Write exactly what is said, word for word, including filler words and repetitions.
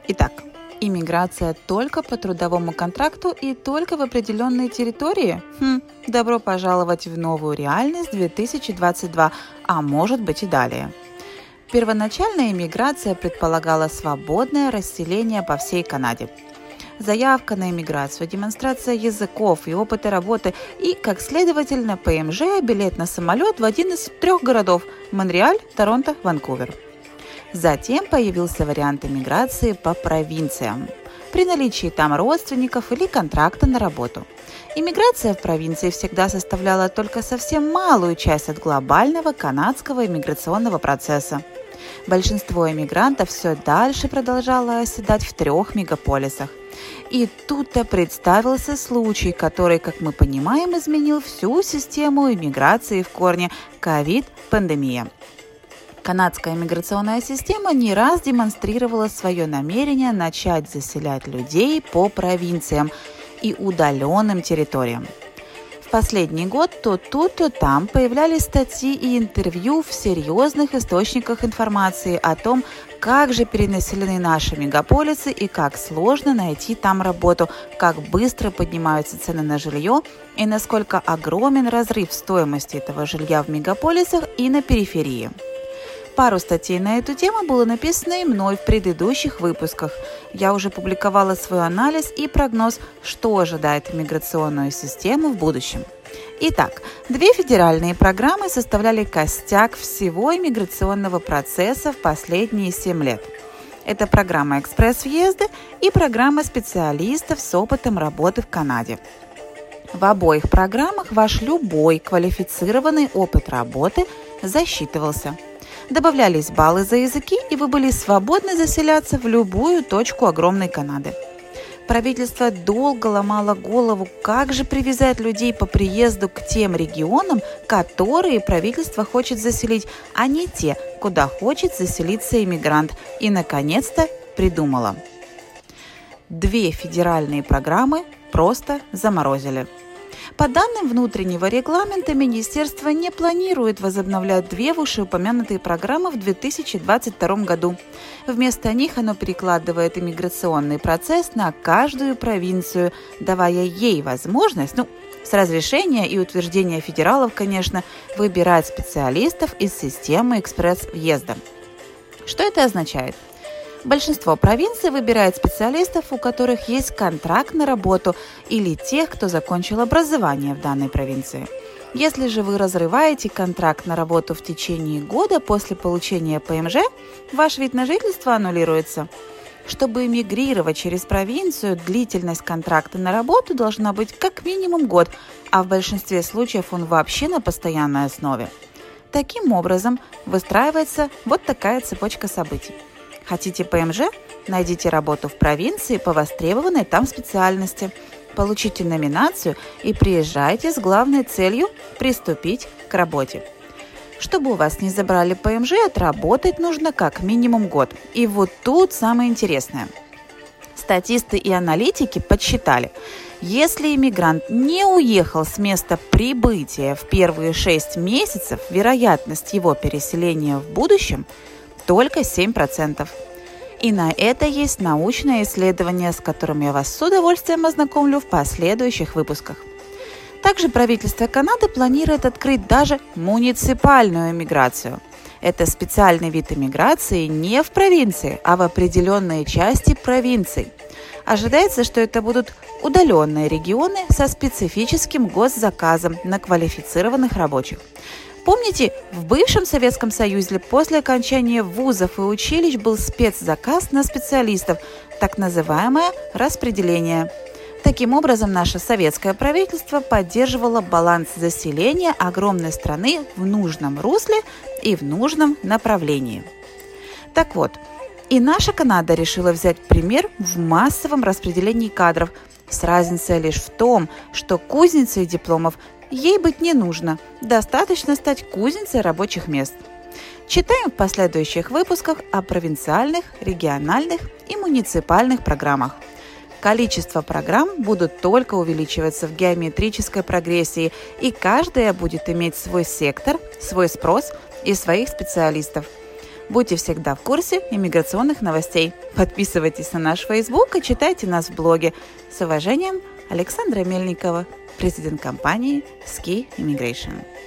Итак, иммиграция только по трудовому контракту и только в определенной территории? Хм, добро пожаловать в новую реальность две тысячи двадцать два, а может быть и далее. Первоначальная иммиграция предполагала свободное расселение по всей Канаде. Заявка на иммиграцию, демонстрация языков и опыта работы и, как следовательно, ПМЖ, билет на самолет в один из трех городов – Монреаль, Торонто, Ванкувер. Затем появился вариант иммиграции по провинциям, при наличии там родственников или контракта на работу. Иммиграция в провинции всегда составляла только совсем малую часть от глобального канадского иммиграционного процесса. Большинство иммигрантов все дальше продолжало оседать в трех мегаполисах. И тут-то представился случай, который, как мы понимаем, изменил всю систему иммиграции в корне – ковид-пандемия. Канадская иммиграционная система не раз демонстрировала свое намерение начать заселять людей по провинциям и удаленным территориям. В последний год то тут, то там появлялись статьи и интервью в серьезных источниках информации о том, как же перенаселены наши мегаполисы и как сложно найти там работу, как быстро поднимаются цены на жилье и насколько огромен разрыв в стоимости этого жилья в мегаполисах и на периферии. Пару статей на эту тему было написано и мной в предыдущих выпусках. Я уже публиковала свой анализ и прогноз, что ожидает иммиграционную систему в будущем. Итак, две федеральные программы составляли костяк всего иммиграционного процесса в последние семь лет. Это программа «Экспресс-въезды» и программа специалистов с опытом работы в Канаде. В обоих программах ваш любой квалифицированный опыт работы засчитывался. Добавлялись баллы за языки, и вы были свободны заселяться в любую точку огромной Канады. Правительство долго ломало голову, как же привязать людей по приезду к тем регионам, которые правительство хочет заселить, а не те, куда хочет заселиться иммигрант. И, наконец-то, придумало. Две федеральные программы просто заморозили. По данным внутреннего регламента, министерство не планирует возобновлять две вышеупомянутые программы в две тысячи двадцать втором году. Вместо них оно перекладывает иммиграционный процесс на каждую провинцию, давая ей возможность, ну, с разрешения и утверждения федералов, конечно, выбирать специалистов из системы экспресс-въезда. Что это означает? Большинство провинций выбирает специалистов, у которых есть контракт на работу, или тех, кто закончил образование в данной провинции. Если же вы разрываете контракт на работу в течение года после получения ПМЖ, ваш вид на жительство аннулируется. Чтобы эмигрировать через провинцию, длительность контракта на работу должна быть как минимум год, а в большинстве случаев он вообще на постоянной основе. Таким образом, выстраивается вот такая цепочка событий. Хотите ПМЖ? Найдите работу в провинции по востребованной там специальности. Получите номинацию и приезжайте с главной целью приступить к работе. Чтобы у вас не забрали ПМЖ, отработать нужно как минимум год. И вот тут самое интересное. Статисты и аналитики подсчитали, если иммигрант не уехал с места прибытия в первые шесть месяцев, вероятность его переселения в будущем только семь процентов. И на это есть научное исследование, с которым я вас с удовольствием ознакомлю в последующих выпусках. Также правительство Канады планирует открыть даже муниципальную иммиграцию. Это специальный вид иммиграции не в провинции, а в определенные части провинций. Ожидается, что это будут удаленные регионы со специфическим госзаказом на квалифицированных рабочих. Помните, в бывшем Советском Союзе после окончания вузов и училищ был спецзаказ на специалистов, так называемое распределение. Таким образом, наше советское правительство поддерживало баланс заселения огромной страны в нужном русле и в нужном направлении. Так вот, и наша Канада решила взять пример в массовом распределении кадров, с разницей лишь в том, что кузницей дипломов ей быть не нужно, достаточно стать кузницей рабочих мест. Читаем в последующих выпусках о провинциальных, региональных и муниципальных программах. Количество программ будут только увеличиваться в геометрической прогрессии, и каждая будет иметь свой сектор, свой спрос и своих специалистов. Будьте всегда в курсе иммиграционных новостей. Подписывайтесь на наш Facebook и читайте нас в блоге. С уважением, Александра Мельникова, президент компании Ski Immigration.